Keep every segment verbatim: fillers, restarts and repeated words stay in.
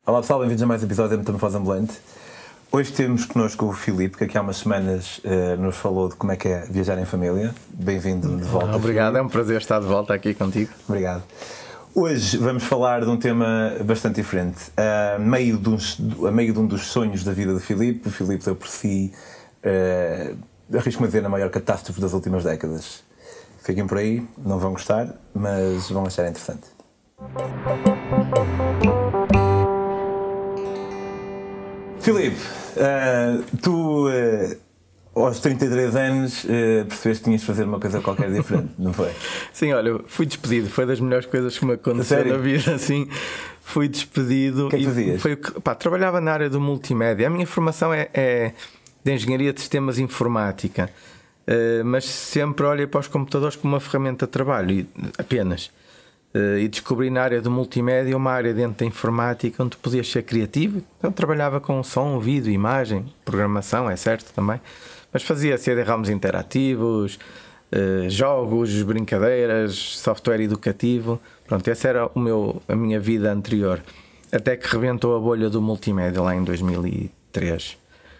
Olá pessoal, bem-vindos a mais um episódio da Metamorfose Ambulante. Hoje temos connosco o Filipe, que aqui há umas semanas uh, nos falou de como é que é viajar em família. Bem-vindo de volta. Ah, obrigado, Filipe. É um prazer estar de volta aqui contigo. Obrigado. Hoje vamos falar de um tema bastante diferente. Uh, meio de uns, a meio de um dos sonhos da vida do Filipe, o Filipe deu por si, uh, arrisco-me a dizer, na maior catástrofe das últimas décadas. Fiquem por aí, não vão gostar, mas vão achar interessante. Filipe, uh, tu uh, aos trinta e três anos uh, percebeste que tinhas de fazer uma coisa qualquer diferente, não foi? Sim, olha, fui despedido, foi das melhores coisas que me aconteceu na vida, assim, fui despedido. O que é que fazias? Foi, pá, trabalhava na área do multimédia, a minha formação é, é de Engenharia de Sistemas e Informática, uh, mas sempre olhei para os computadores como uma ferramenta de trabalho, e, apenas. Uh, e descobri na área do multimédia uma área dentro da informática onde podias ser criativo. Então trabalhava com som, vídeo, imagem, programação, é certo também, mas fazia C D-ROMs interativos, uh, jogos, brincadeiras, software educativo. Pronto, essa era o meu, a minha vida anterior, até que rebentou a bolha do multimédia lá em dois mil e três.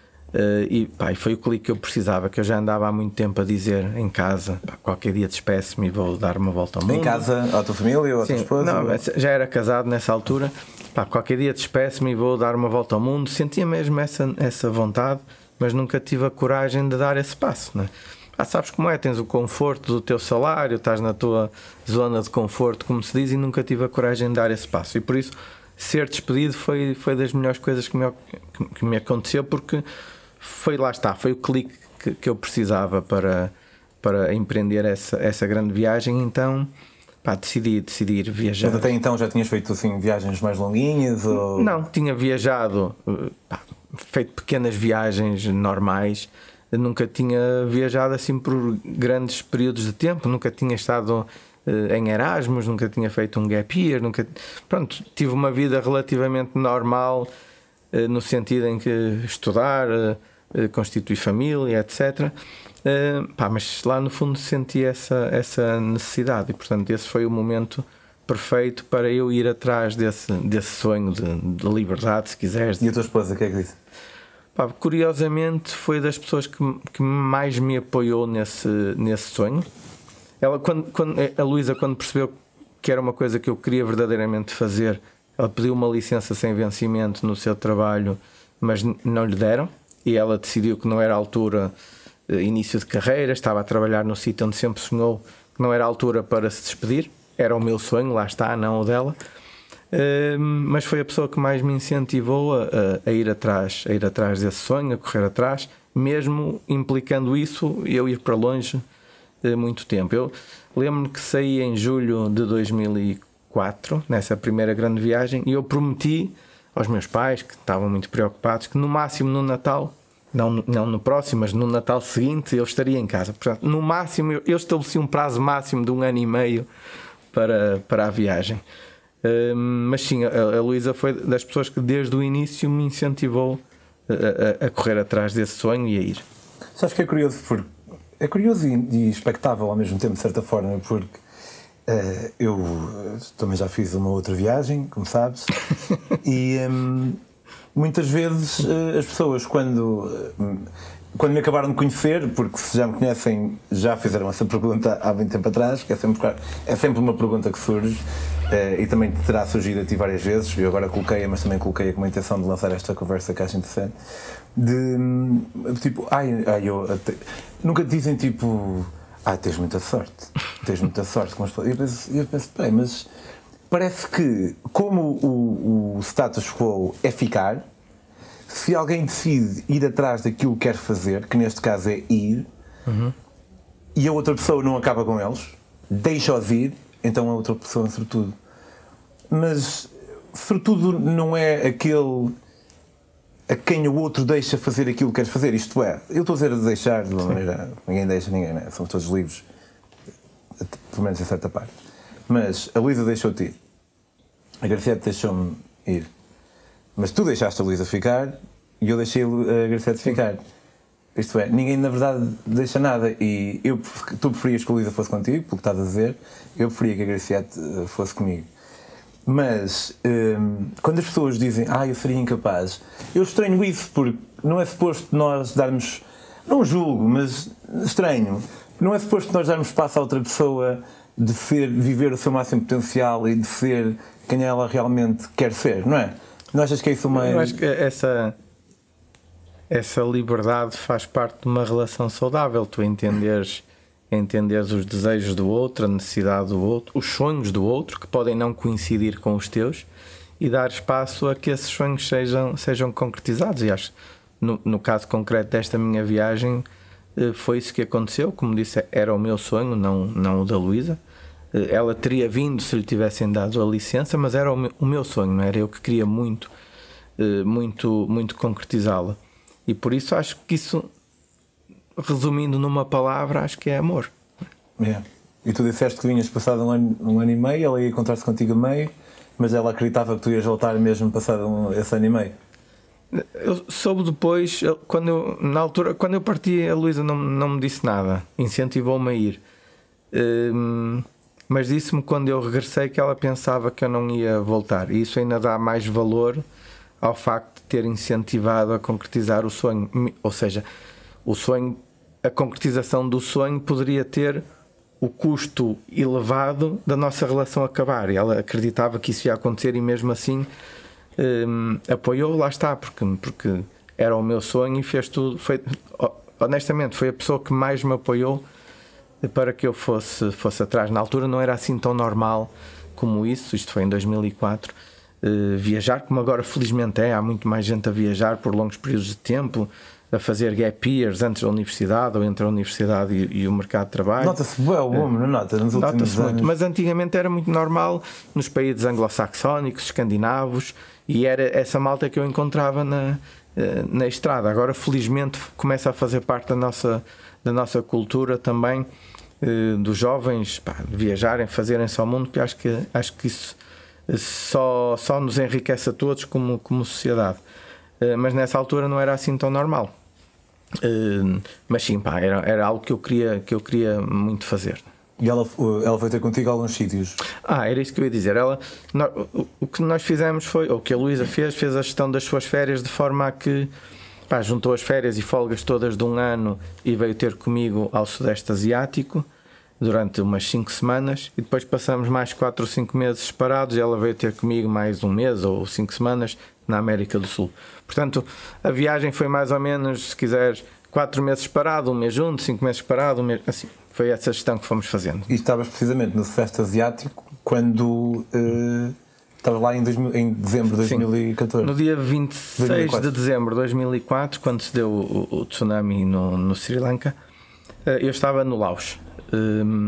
Uh, e pá, foi o clique que eu precisava, que eu já andava há muito tempo a dizer em casa, pá, qualquer dia despeço-me e vou dar uma volta ao mundo. Em casa, à tua família ou à tua esposa? Não, já era casado nessa altura. Pá, qualquer dia despeço-me e vou dar uma volta ao mundo. Sentia mesmo essa, essa vontade, mas nunca tive a coragem de dar esse passo, né? Ah, sabes como é? Tens o conforto do teu salário, estás na tua zona de conforto, como se diz, e nunca tive a coragem de dar esse passo. E por isso, ser despedido foi, foi das melhores coisas que me, que, que me aconteceu, porque foi, lá está, foi o clique que, que eu precisava para, para empreender essa, essa grande viagem. Então, pá, decidi, decidi ir viajar. Mas até então já tinhas feito assim viagens mais longuinhas? Ou... Não, tinha viajado, pá, feito pequenas viagens normais. Nunca tinha viajado assim por grandes períodos de tempo. Nunca tinha estado uh, em Erasmus, nunca tinha feito um gap year, nunca... Pronto, tive uma vida relativamente normal, uh, no sentido em que estudar, uh, constituir família, etcétera. Uh, pá, mas lá no fundo senti essa, essa necessidade e, portanto, esse foi o momento perfeito para eu ir atrás desse, desse sonho de, de liberdade, se quiseres. E a tua esposa, o que é que disse? Pá, curiosamente, foi das pessoas que, que mais me apoiou nesse, nesse sonho. Ela, quando, quando, a Luísa, quando percebeu que era uma coisa que eu queria verdadeiramente fazer, ela pediu uma licença sem vencimento no seu trabalho, mas não lhe deram. E ela decidiu que não era a altura, início de carreira, estava a trabalhar no sítio onde sempre sonhou, que não era a altura para se despedir. Era o meu sonho, lá está, não o dela. Uh, mas foi a pessoa que mais me incentivou a, a, a ir atrás, a ir atrás desse sonho, a correr atrás, mesmo implicando isso, eu ir para longe uh, muito tempo. Eu lembro-me que saí em julho de dois mil e quatro, nessa primeira grande viagem, e eu prometi aos meus pais, que estavam muito preocupados, que no máximo no Natal, não, não no próximo, mas no Natal seguinte, eu estaria em casa. Portanto, no máximo, eu, eu estabeleci um prazo máximo de um ano e meio para, para a viagem. Uh, mas sim, a, a Luísa foi das pessoas que desde o início me incentivou a, a, a correr atrás desse sonho e a ir. Sabes que é curioso, porque é curioso e, e expectável ao mesmo tempo, de certa forma, porque uh, eu também já fiz uma outra viagem, como sabes, e um, muitas vezes uh, as pessoas quando, uh, quando me acabaram de conhecer, porque se já me conhecem já fizeram essa pergunta há muito tempo atrás, que é sempre, é sempre uma pergunta que surge. Uh, e também terá surgido a ti várias vezes. Eu agora coloquei-a, mas também coloquei-a com a intenção de lançar esta conversa que acho interessante. De tipo, ai, ai eu até... nunca te dizem tipo, ah, tens muita sorte, tens muita sorte. Com as... Eu penso, eu penso, bem, mas parece que, como o, o status quo é ficar, se alguém decide ir atrás daquilo que quer fazer, que neste caso é ir, uhum. e a outra pessoa não acaba com eles, deixa-os ir, então a outra pessoa é sortudo. Mas sortudo não é aquele a quem o outro deixa fazer aquilo que queres fazer. Isto é, eu estou a dizer a deixar de uma maneira, ninguém deixa ninguém, né? São todos livres, pelo menos em certa parte. Mas a Luísa deixou-te ir, a Graciete deixou-me ir, mas tu deixaste a Luísa ficar e eu deixei a Graciete ficar. Isto é, ninguém na verdade deixa nada. E eu, tu preferias que a Luísa fosse contigo, pelo que estás a dizer, eu preferia que a Graciete fosse comigo. Mas hum, quando as pessoas dizem ah, eu seria incapaz, eu estranho isso, porque não é suposto nós darmos, não julgo, mas estranho, não é suposto nós darmos espaço a outra pessoa de ser, viver o seu máximo potencial e de ser quem ela realmente quer ser, não é? Não achas que é isso uma... Eu acho que essa, essa liberdade faz parte de uma relação saudável, tu entenderes, entenderes os desejos do outro, a necessidade do outro, os sonhos do outro, que podem não coincidir com os teus, e dar espaço a que esses sonhos sejam, sejam concretizados. E acho, no, no caso concreto desta minha viagem, foi isso que aconteceu. Como disse, era o meu sonho, não, não o da Luísa. Ela teria vindo se lhe tivessem dado a licença, mas era o meu, o meu sonho, não era? Eu que queria muito, muito, muito concretizá-la. E por isso acho que isso, resumindo numa palavra, acho que é amor. Yeah. E tu disseste que vinhas passado um ano, um ano e meio, ela ia encontrar-se contigo a meio, mas ela acreditava que tu ias voltar mesmo passado um, esse ano e meio. Eu soube depois, quando eu, na altura, quando eu parti, a Luísa não, não me disse nada, incentivou-me a ir. Hum, mas disse-me quando eu regressei que ela pensava que eu não ia voltar. E isso ainda dá mais valor ao facto de ter incentivado a concretizar o sonho. Ou seja, o sonho, a concretização do sonho poderia ter o custo elevado da nossa relação acabar. E ela acreditava que isso ia acontecer e mesmo assim hum, apoiou, lá está, porque, porque era o meu sonho e fez tudo. Foi, honestamente, foi a pessoa que mais me apoiou para que eu fosse, fosse atrás. Na altura não era assim tão normal como isso, isto foi em dois mil e quatro, uh, viajar, como agora felizmente é, há muito mais gente a viajar por longos períodos de tempo, a fazer gap years antes da universidade ou entre a universidade e, e o mercado de trabalho. Nota-se bem o bom, não nota? Nos últimos anos. Muito, mas antigamente era muito normal nos países anglo-saxónicos, escandinavos, e era essa malta que eu encontrava na, na estrada. Agora felizmente começa a fazer parte da nossa, da nossa cultura também, dos jovens, pá, viajarem, fazerem-se ao mundo, porque acho que, acho que isso só, só nos enriquece a todos como, como sociedade. Mas nessa altura não era assim tão normal. Mas sim, pá, era, era algo que eu queria, que eu queria muito fazer. E ela, ela foi ter contigo a alguns sítios? Ah, era isso que eu ia dizer. Ela, nós, o, o que nós fizemos foi, ou o que a Luísa fez, fez a gestão das suas férias de forma a que, pá, juntou as férias e folgas todas de um ano e veio ter comigo ao Sudeste Asiático durante umas cinco semanas e depois passamos mais quatro ou cinco meses separados e ela veio ter comigo mais um mês ou cinco semanas na América do Sul. Portanto, a viagem foi mais ou menos, se quiseres, quatro meses separado, um mês junto, cinco meses separado, um mês, assim, foi essa gestão que fomos fazendo. E estavas precisamente no Sudeste Asiático quando uh, estavas lá em, dois mil, em dezembro de dois mil e catorze. Sim, no dia vinte e seis de dezembro de dois mil e quatro, quando se deu o, o tsunami no, no Sri Lanka, uh, eu estava no Laos. Um,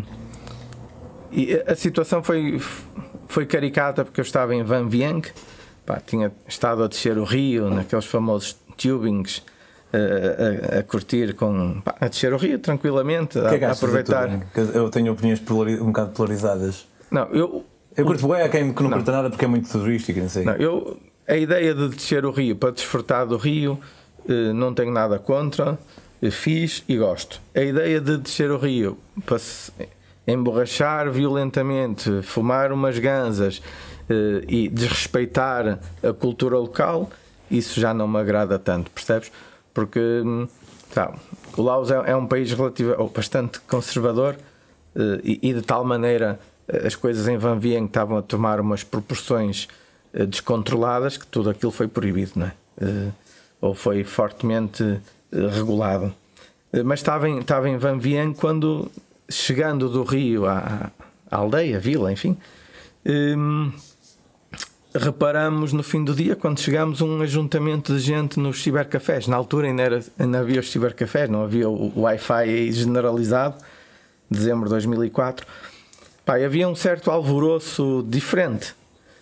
e a situação foi, foi caricata porque eu estava em Van Vieng, pá, tinha estado a descer o rio naqueles famosos tubings, uh, a, a curtir com, pá, a descer o rio tranquilamente, a, que é a aproveitar. Eu tenho opiniões polari- um bocado polarizadas. Não, eu eu curto bem, há quem que não, não curta nada porque é muito turístico, não sei. Não, eu, a ideia de descer o rio para desfrutar do rio, uh, não tenho nada contra. Fiz e gosto. A ideia de descer o rio para se emborrachar violentamente, fumar umas ganzas eh, e desrespeitar a cultura local, isso já não me agrada tanto, percebes? Porque tá, o Laos é, é um país relativo, ou bastante conservador eh, e, e de tal maneira as coisas em Van Vieng estavam a tomar umas proporções eh, descontroladas que tudo aquilo foi proibido, não é? Eh, ou foi fortemente regulado. Mas estava em, estava em Van Vieng quando, chegando do rio à, à aldeia, à vila, enfim, hum, reparamos no fim do dia, quando chegámos, um ajuntamento de gente nos cibercafés. Na altura ainda, era, ainda havia os cibercafés, não havia o, o Wi-Fi generalizado, dezembro de dois mil e quatro. Pá, havia um certo alvoroço diferente.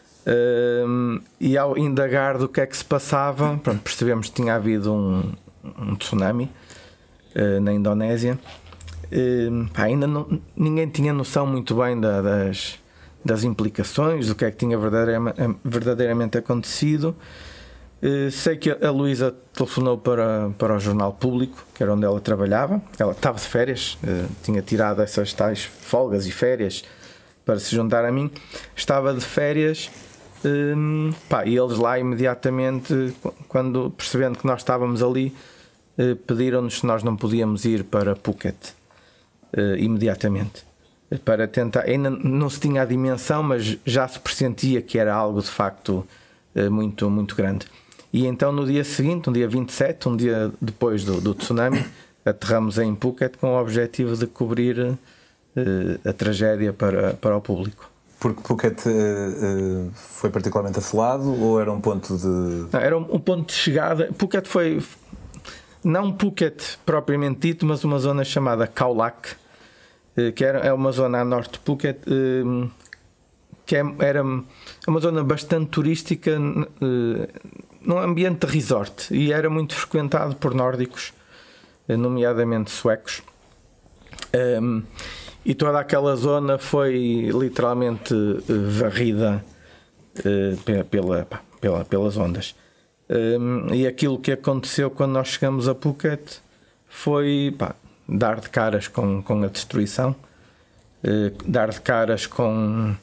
Hum, e ao indagar do que é que se passava, pronto, percebemos que tinha havido um um tsunami uh, na Indonésia. Uh, pá, ainda não, ninguém tinha noção muito bem da, das, das implicações, do que é que tinha verdadeiramente, verdadeiramente acontecido. Uh, sei que a Luísa telefonou para, para o Jornal Público, que era onde ela trabalhava. Ela estava de férias, uh, tinha tirado essas tais folgas e férias para se juntar a mim, estava de férias. Um, pá, e eles lá imediatamente, quando percebendo que nós estávamos ali, uh, pediram-nos se nós não podíamos ir para Phuket uh, imediatamente, para tentar. Ainda não se tinha a dimensão, mas já se pressentia que era algo de facto uh, muito, muito grande. E então no dia seguinte, no dia vinte e sete, um dia depois do, do tsunami, aterramos em Phuket com o objetivo de cobrir uh, a tragédia para, para o público. Porque Phuket uh, uh, foi particularmente assolado ou era um ponto de... Não, era um, um ponto de chegada. Phuket foi, não Phuket propriamente dito, mas uma zona chamada Khao Lak, uh, que era, é uma zona a norte de Phuket, uh, que é, era uma zona bastante turística, uh, num ambiente de resort, e era muito frequentado por nórdicos, uh, nomeadamente suecos. Um, E toda aquela zona foi literalmente uh, varrida uh, pela, pela, pelas ondas. Um, e aquilo que aconteceu quando nós chegamos a Phuket foi pá, dar de caras com, com a destruição, uh, dar de caras com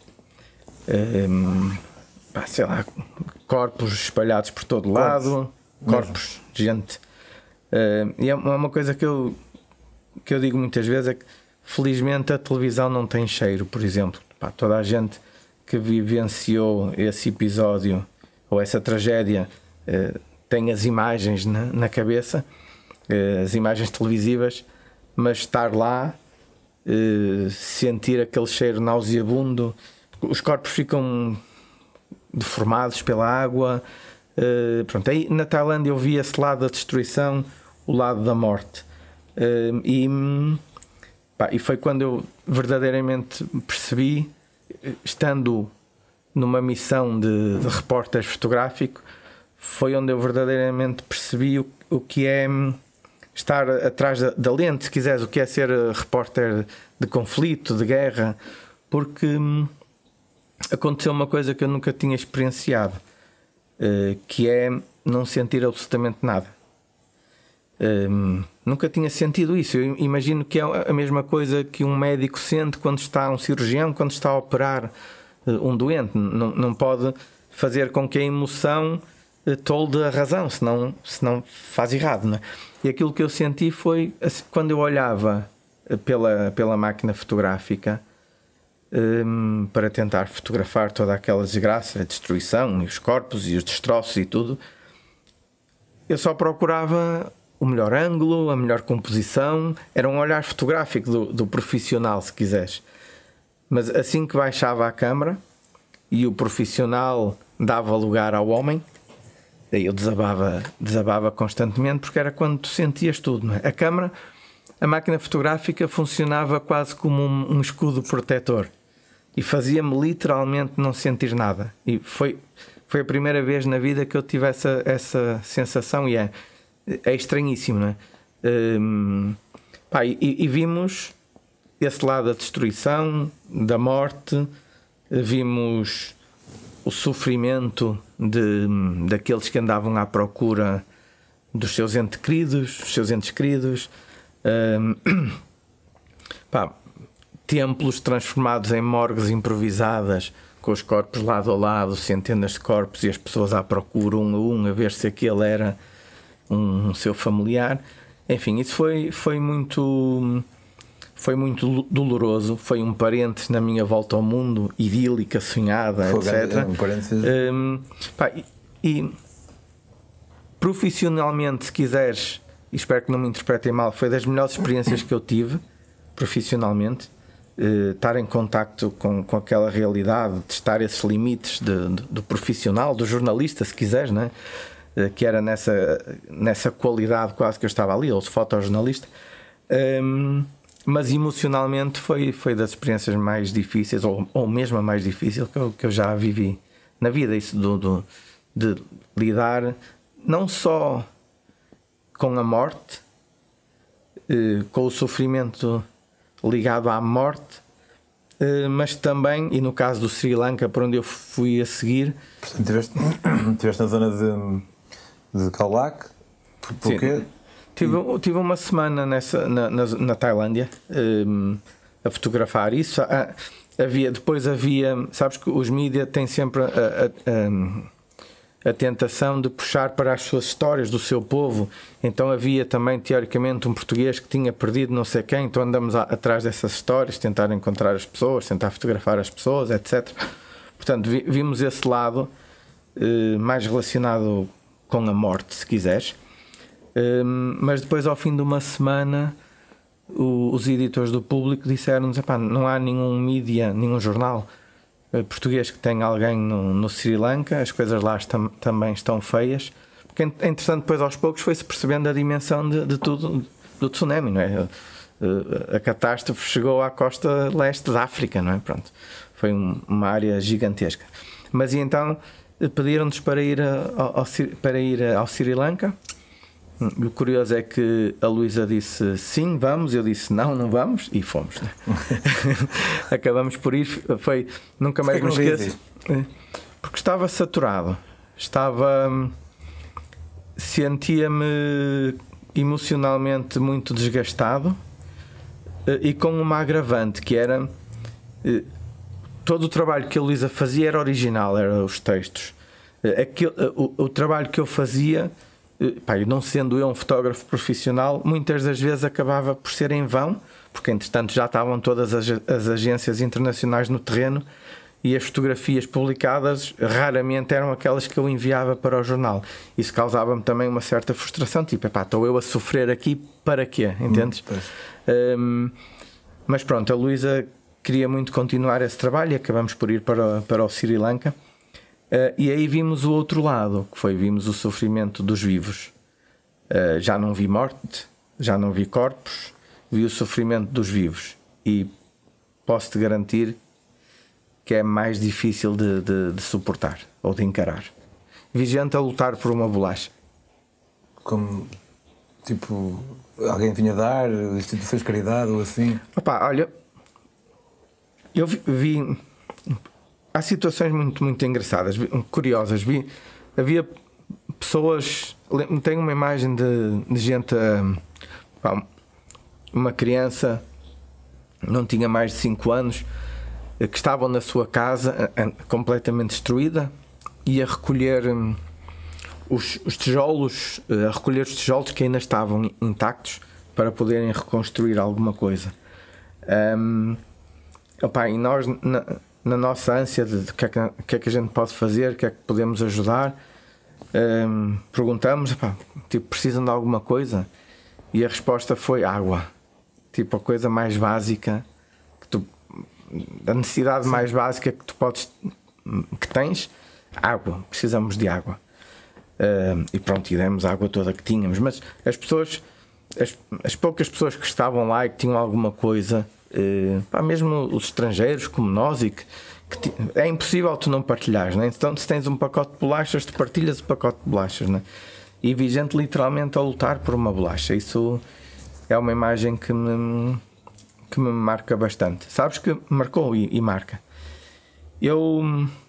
um, pá, sei lá, corpos espalhados por todo lado, corpos, corpos de gente. Uh, e é uma coisa que eu, que eu digo muitas vezes, é que felizmente a televisão não tem cheiro, por exemplo. Pá, toda a gente que vivenciou esse episódio ou essa tragédia eh, tem as imagens na, na cabeça, eh, as imagens televisivas, mas estar lá, eh, sentir aquele cheiro nauseabundo, os corpos ficam deformados pela água. Eh, pronto, aí na Tailândia eu vi esse lado da destruição, o lado da morte. Eh, e Pá, e foi quando eu verdadeiramente percebi, estando numa missão de, de repórter fotográfico, foi onde eu verdadeiramente percebi o, o que é estar atrás da, da lente, se quiseres, o que é ser repórter de conflito, de guerra, porque hum, aconteceu uma coisa que eu nunca tinha experienciado, uh, que é não sentir absolutamente nada. Um, nunca tinha sentido isso. Eu imagino que é a mesma coisa que um médico sente quando está um cirurgião, quando está a operar uh, um doente. Não, não pode fazer com que a emoção uh, tolde a razão, senão, senão faz errado, não é? E aquilo que eu senti foi assim, quando eu olhava pela, pela máquina fotográfica um, para tentar fotografar toda aquela desgraça, a destruição e os corpos e os destroços e tudo, eu só procurava o melhor ângulo, a melhor composição. Era um olhar fotográfico do, do profissional, se quiseres. Mas assim que baixava a câmara e o profissional dava lugar ao homem, daí eu desabava, desabava constantemente, porque era quando tu sentias tudo, não é? A câmara, a máquina fotográfica funcionava quase como um, um escudo protetor e fazia-me literalmente não sentir nada. E foi, foi a primeira vez na vida que eu tive essa, essa sensação, e é É estranhíssimo, não é? Um, pá, e, e vimos esse lado da destruição, da morte, vimos o sofrimento de, daqueles que andavam à procura dos seus entes queridos, dos seus entes queridos, um, pá, templos transformados em morgues improvisadas, com os corpos lado a lado, centenas de corpos, e as pessoas à procura, um a um, a ver se aquele era um seu familiar. Enfim, isso foi, foi muito foi muito doloroso. Foi um parente na minha volta ao mundo, idílica, sonhada, foi, etcétera. Um parente... um, pá, e, e profissionalmente, se quiseres, e espero que não me interpretem mal, foi das melhores experiências que eu tive profissionalmente. Uh, estar em contacto com, com aquela realidade, testar esses limites de, de, do profissional, do jornalista, se quiseres, não é? Que era nessa, nessa qualidade quase que eu estava ali, ou de fotojornalista. Um, mas emocionalmente foi, foi das experiências mais difíceis, ou, ou mesmo a mais difícil que eu, que eu já vivi na vida. Isso do, do, de lidar não só com a morte, eh, com o sofrimento ligado à morte, eh, mas também, e no caso do Sri Lanka, por onde eu fui a seguir. Portanto, estiveste, estiveste na zona de de Khao Lak, porque tive, tive uma semana nessa, na, na, na Tailândia, um, a fotografar isso. A, havia, depois havia, sabes que os mídias têm sempre a, a, a, a tentação de puxar para as suas histórias do seu povo. Então havia também teoricamente um português que tinha perdido não sei quem, então andamos a, atrás dessas histórias, tentar encontrar as pessoas, tentar fotografar as pessoas, etcétera. Portanto, vi, vimos esse lado eh, mais relacionado com a morte, se quiseres. Eh, mas depois, ao fim de uma semana, o, os editores do Público disseram-nos: epá, não há nenhum mídia, nenhum jornal eh, português que tenha alguém no, no Sri Lanka, as coisas lá estam, também estão feias. Porque, entretanto, depois aos poucos foi-se percebendo a dimensão de, de tudo, do tsunami, não é? A catástrofe chegou à costa leste da África, não é? Pronto, foi um, uma área gigantesca. Mas e então pediram-nos para ir ao, ao, para ir ao Sri Lanka. O curioso é que a Luísa disse sim, vamos. Eu disse não, não vamos, e fomos, né? Acabamos por ir. Foi, nunca mais me esqueço, porque estava saturado, estava, sentia-me emocionalmente muito desgastado, e com uma agravante que era todo o trabalho que a Luísa fazia era original, eram os textos. Aquilo, o, o trabalho que eu fazia, pá, não sendo eu um fotógrafo profissional, muitas das vezes acabava por ser em vão, porque entretanto já estavam todas as, as agências internacionais no terreno e as fotografias publicadas raramente eram aquelas que eu enviava para o jornal. Isso causava-me também uma certa frustração, tipo, epá, estou eu a sofrer aqui para quê? Entendes? Hum, um, mas pronto, a Luísa queria muito continuar esse trabalho e acabamos por ir para, para o Sri Lanka. Uh, e aí vimos o outro lado, que foi, vimos o sofrimento dos vivos. Uh, já não vi morte, já não vi corpos, vi o sofrimento dos vivos. E posso-te garantir que é mais difícil de, de, de suportar ou de encarar. Vi gente a lutar por uma bolacha. Como, tipo, alguém vinha dar, instituições de caridade ou assim? Opa, olha, eu vi... vi há situações muito, muito engraçadas, curiosas. Vi, havia pessoas. Tenho uma imagem de, de gente. Pá, uma criança, não tinha mais de cinco anos, que estavam na sua casa completamente destruída e a recolher os, os tijolos, a recolher os tijolos que ainda estavam intactos para poderem reconstruir alguma coisa. Um, opa, e nós. Na, na nossa ânsia de o que, é que, que é que a gente pode fazer, o que é que podemos ajudar, um, perguntamos, pá, tipo, precisam de alguma coisa? E a resposta foi água. Tipo, a coisa mais básica que tu, a necessidade Sim. mais básica que tu podes, que tens, água. Precisamos de água. Um, e pronto, e demos a água toda que tínhamos. Mas as pessoas, as, as poucas pessoas que estavam lá e que tinham alguma coisa, Uh, pá, mesmo os estrangeiros como nós, e que, que ti, é impossível tu não partilhares, né? Então, se tens um pacote de bolachas, tu partilhas o pacote de bolachas, né? E vi gente literalmente a lutar por uma bolacha. Isso é uma imagem que me, que me marca bastante. Sabes que marcou e, e marca. Eu,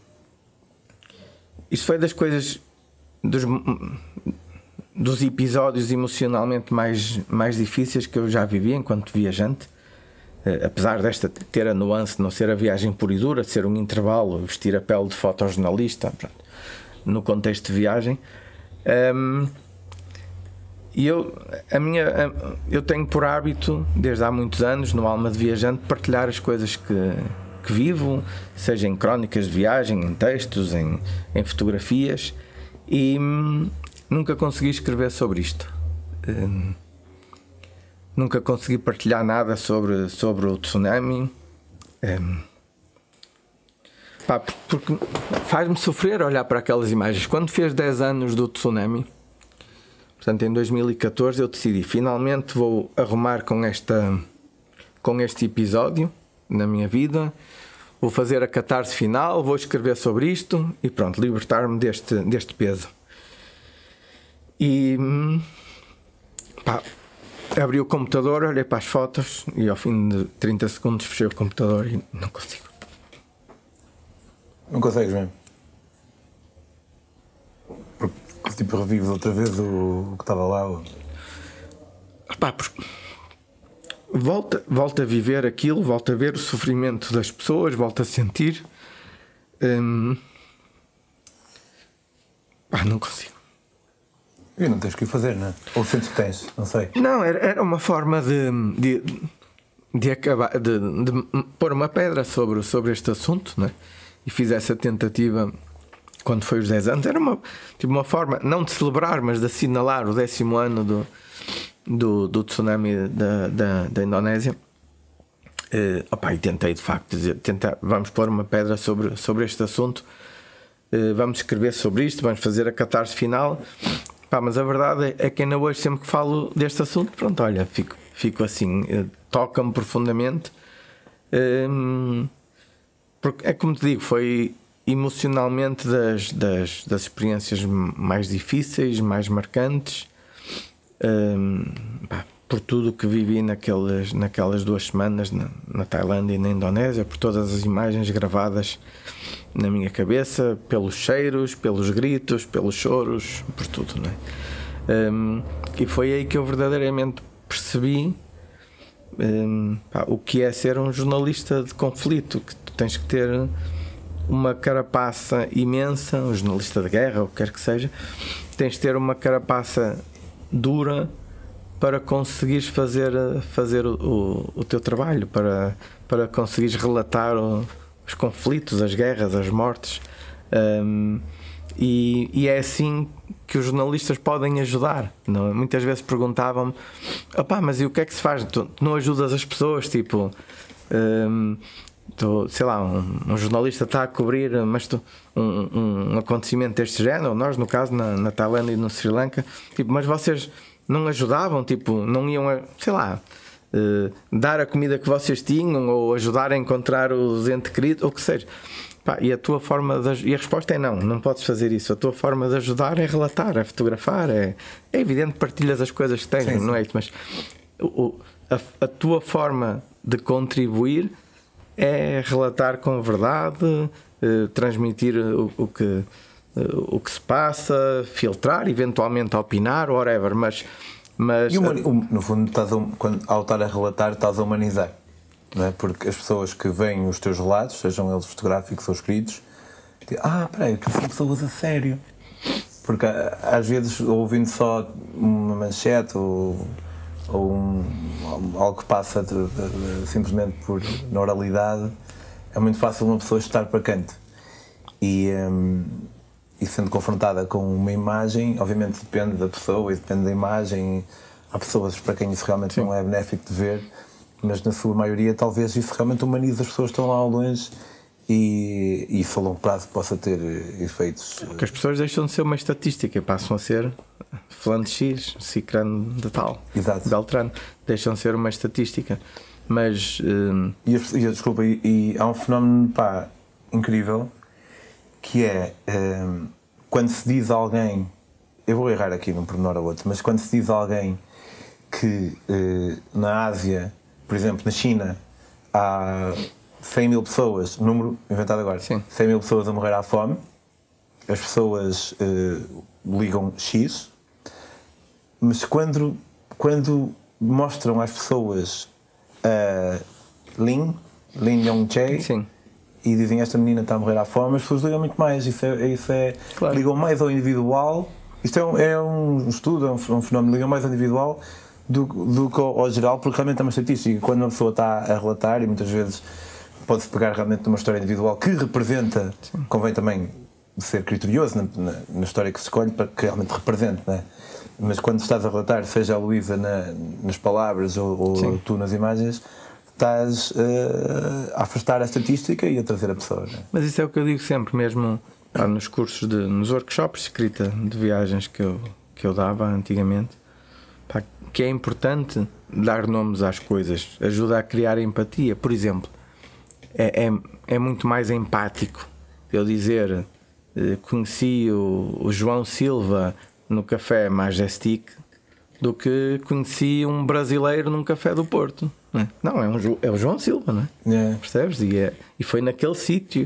isso foi das coisas, dos, dos episódios emocionalmente mais, mais difíceis que eu já vivi enquanto viajante. Uh, apesar desta ter a nuance de não ser a viagem pura e dura, de ser um intervalo, vestir a pele de fotojornalista, pronto, no contexto de viagem. Um, e eu, a minha, a, eu tenho por hábito, desde há muitos anos, no Alma de Viajante, partilhar as coisas que, que vivo, seja em crónicas de viagem, em textos, em, em fotografias, e hum, nunca consegui escrever sobre isto. Um, Nunca consegui partilhar nada sobre, sobre o tsunami. Um, pá, porque faz-me sofrer olhar para aquelas imagens. Quando fez dez anos do tsunami, portanto em dois mil e catorze, eu decidi, finalmente vou arrumar com, esta, com este episódio na minha vida, vou fazer a catarse final, vou escrever sobre isto e pronto, libertar-me deste, deste peso. E pá, abri o computador, olhei para as fotos e ao fim de trinta segundos fechei o computador e não consigo. Não consegues mesmo? Porque tipo revives outra vez o, o que estava lá? Ou... Pá, porque volta, volta a viver aquilo, volta a ver o sofrimento das pessoas, volta a sentir. Hum... Ah, não consigo. E não tens o que fazer, não é? Ou sentes que tens, não sei. Não, era, era uma forma de, de, de acabar, de, de pôr uma pedra sobre, sobre este assunto, não é? E fiz essa tentativa quando foi os dez anos. Era uma, tipo, uma forma, não de celebrar, mas de assinalar o décimo ano do, do, do tsunami da, da, da Indonésia. Uh, opa, e tentei de facto dizer, tentar, vamos pôr uma pedra sobre, sobre este assunto, uh, vamos escrever sobre isto, vamos fazer a catarse final. Pá, mas a verdade é que ainda hoje, sempre que falo deste assunto, pronto, olha, fico, fico assim, uh, toca-me profundamente. Uh, porque é como te digo, foi emocionalmente das, das, das experiências mais difíceis, mais marcantes. Uh, pá, por tudo o que vivi naquelas, naquelas duas semanas na, na Tailândia e na Indonésia, por todas as imagens gravadas na minha cabeça, pelos cheiros, pelos gritos, pelos choros, por tudo, não é? Um, e foi aí que eu verdadeiramente percebi um, pá, o que é ser um jornalista de conflito, que tu tens que ter uma carapaça imensa, um jornalista de guerra, ou o que quer que seja, tens de ter uma carapaça dura para conseguires fazer, fazer o, o, o teu trabalho, para, para conseguires relatar o, os conflitos, as guerras, as mortes. Um, e, e é assim que os jornalistas podem ajudar. Não? Muitas vezes perguntavam-me: opá, mas e o que é que se faz? Tu, tu não ajudas as pessoas? Tipo, um, tu, sei lá, um, um jornalista está a cobrir mas tu, um, um acontecimento deste género, nós, no caso, na, na Tailândia e no Sri Lanka, tipo, mas vocês não ajudavam, tipo, não iam, a, sei lá, uh, dar a comida que vocês tinham ou ajudar a encontrar os entes queridos, ou o que seja. Pá, e a tua forma de, e a resposta é não, não podes fazer isso. A tua forma de ajudar é relatar, é fotografar, é, é evidente que partilhas as coisas que tens, sim, não é isso, mas o, a, a tua forma de contribuir é relatar com verdade, uh, transmitir o, o que o que se passa, filtrar, eventualmente opinar, whatever, mas, mas... E humani- no fundo, estás a, quando, ao estar a relatar, estás a humanizar, não é? Porque as pessoas que veem os teus relatos, sejam eles fotográficos ou escritos, dizem: ah, peraí, que são pessoas a sério. Porque às vezes, ouvindo só uma manchete ou, ou um, algo que passa de, de, de, simplesmente por na oralidade, é muito fácil uma pessoa estar para canto. E... Hum, e sendo confrontada com uma imagem, obviamente depende da pessoa e depende da imagem. Há pessoas para quem isso realmente Sim. não é benéfico de ver, mas na sua maioria talvez isso realmente humaniza as pessoas que estão lá ao longe e, e isso a longo prazo possa ter efeitos. Porque as pessoas deixam de ser uma estatística, passam a ser fulano de X, cicrano de tal, Exato. Beltrano, deixam de ser uma estatística. Mas... Hum... E, e, desculpa, e, e há um fenómeno, pá, incrível, que é, um, quando se diz a alguém, eu vou errar aqui num pormenor ou outro, mas quando se diz a alguém que uh, na Ásia, por exemplo, na China, há cem mil pessoas, número inventado agora, Sim. cem mil pessoas a morrer à fome, as pessoas uh, ligam X, mas quando, quando mostram às pessoas uh, Lin, Lin Yong-chae, Sim. e dizem: esta menina está a morrer à fome, as pessoas ligam muito mais. Isso é, isso é claro. Ligam mais ao individual. Isto é um, é um estudo, é um, um fenómeno. Ligam mais ao individual do, do que ao, ao geral, porque realmente é uma estatística. Quando uma pessoa está a relatar, e muitas vezes pode-se pegar realmente numa história individual que representa, Sim. convém também ser criterioso na, na, na história que se escolhe para que realmente represente, não é? Mas quando estás a relatar, seja a Luísa na, nas palavras ou, ou tu nas imagens, estás uh, a afastar a estatística e a trazer a pessoa, não é? Mas isso é o que eu digo sempre, mesmo pá, nos cursos, de, nos workshops de escrita de viagens que eu, que eu dava antigamente, pá, que é importante dar nomes às coisas, ajuda a criar empatia. Por exemplo, é, é, é muito mais empático eu dizer: conheci o, o João Silva no café Majestic, do que conheci um brasileiro num café do Porto. Não, é? Não, é, um, é o João Silva, não é? Yeah. Percebes? E, é, e foi naquele sítio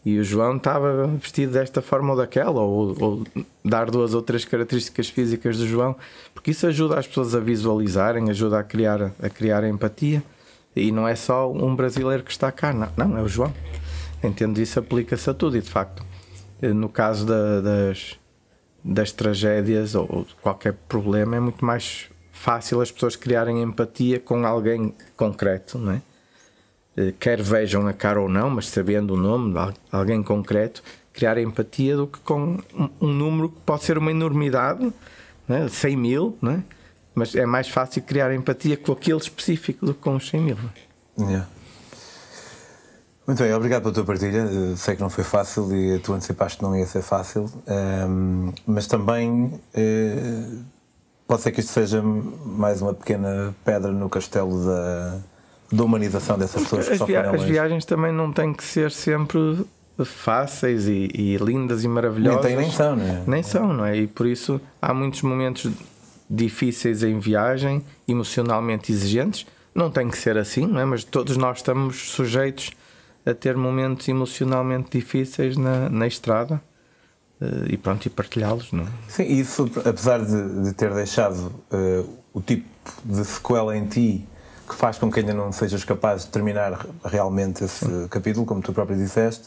E o João estava vestido desta forma ou daquela, ou, ou dar duas ou três características físicas do João, porque isso ajuda as pessoas a visualizarem, ajuda a criar, a criar empatia. E não é só um brasileiro que está cá, não, não é o João. Entendo isso, aplica-se a tudo. E de facto, no caso da, das, das tragédias ou de qualquer problema, é muito mais fácil as pessoas criarem empatia com alguém concreto, não é? Quer vejam a cara ou não, mas sabendo o nome de alguém concreto, criar empatia do que com um, um número que pode ser uma enormidade, né? cem mil, né? Mas é mais fácil criar empatia com aquele específico do que com os cem mil. Yeah. Muito bem, obrigado pela tua partilha. Uh, sei que não foi fácil e tu antecipaste que não ia ser fácil, um, mas também uh, pode ser que isto seja mais uma pequena pedra no castelo da. da humanização dessas pessoas que as, sofrem via- as viagens também não têm que ser sempre fáceis e, e lindas e maravilhosas. Nem, tem, nem são, não é? Nem são, não é? E por isso há muitos momentos difíceis em viagem, emocionalmente exigentes. Não tem que ser assim, não é? Mas todos nós estamos sujeitos a ter momentos emocionalmente difíceis na, na estrada e pronto, e partilhá-los, não é? Sim, isso apesar de, de ter deixado uh, o tipo de sequela em ti que faz com que ainda não sejas capaz de terminar realmente esse Sim. capítulo, como tu próprio disseste,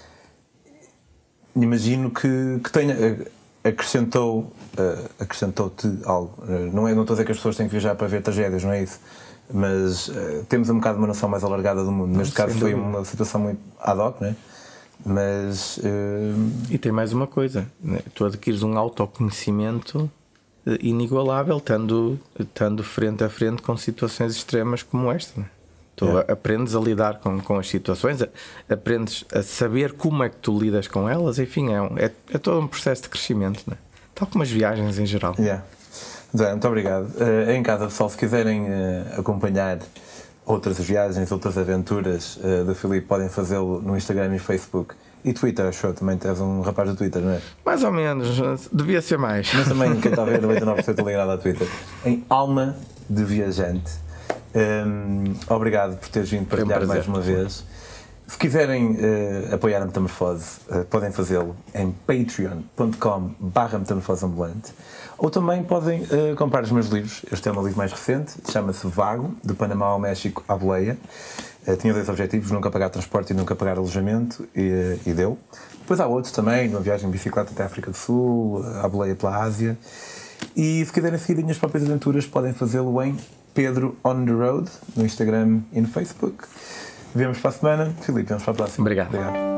imagino que, que tenha, acrescentou, uh, acrescentou-te algo. Uh, não, é, não estou a dizer que as pessoas têm que viajar para ver tragédias, não é isso, mas uh, temos um bocado uma noção mais alargada do mundo. Neste caso foi uma situação muito ad hoc, não é? Mas... Uh... E tem mais uma coisa, né? Tu adquires um autoconhecimento inigualável, estando, estando frente a frente com situações extremas como esta, né? Tu é. aprendes a lidar com, com as situações, aprendes a saber como é que tu lidas com elas, enfim, é, um, é, é todo um processo de crescimento, né? Tal como as viagens em geral. Yeah. Zé, muito obrigado. Uh, em casa, pessoal, se quiserem uh, acompanhar outras viagens, outras aventuras uh, do Filipe, podem fazê-lo no Instagram e Facebook. E Twitter, acho que também tens um rapaz do Twitter, não é? Mais ou menos, devia ser mais. Mas também, quem está a ver, noventa e nove por cento ligado ao Twitter. Em Alma de Viajante. Um, obrigado por teres vindo partilhar um mais uma vez. Se quiserem uh, apoiar a Metamorfose, uh, podem fazê-lo em patreon ponto com barra metamorfose ambulante. Ou também podem uh, comprar os meus livros. Este é o meu livro mais recente, chama-se Vago, de Panamá ao México à Boleia. Uh, tinha dois objetivos, nunca pagar transporte e nunca pagar alojamento, e, e deu. Depois há outros também, uma viagem de bicicleta até a África do Sul, à Boleia pela Ásia. E se quiserem seguir as minhas próprias aventuras, podem fazê-lo em Pedro On The Road, no Instagram e no Facebook. Vemos para a semana. Filipe, vemos para a próxima. Obrigado. Obrigado.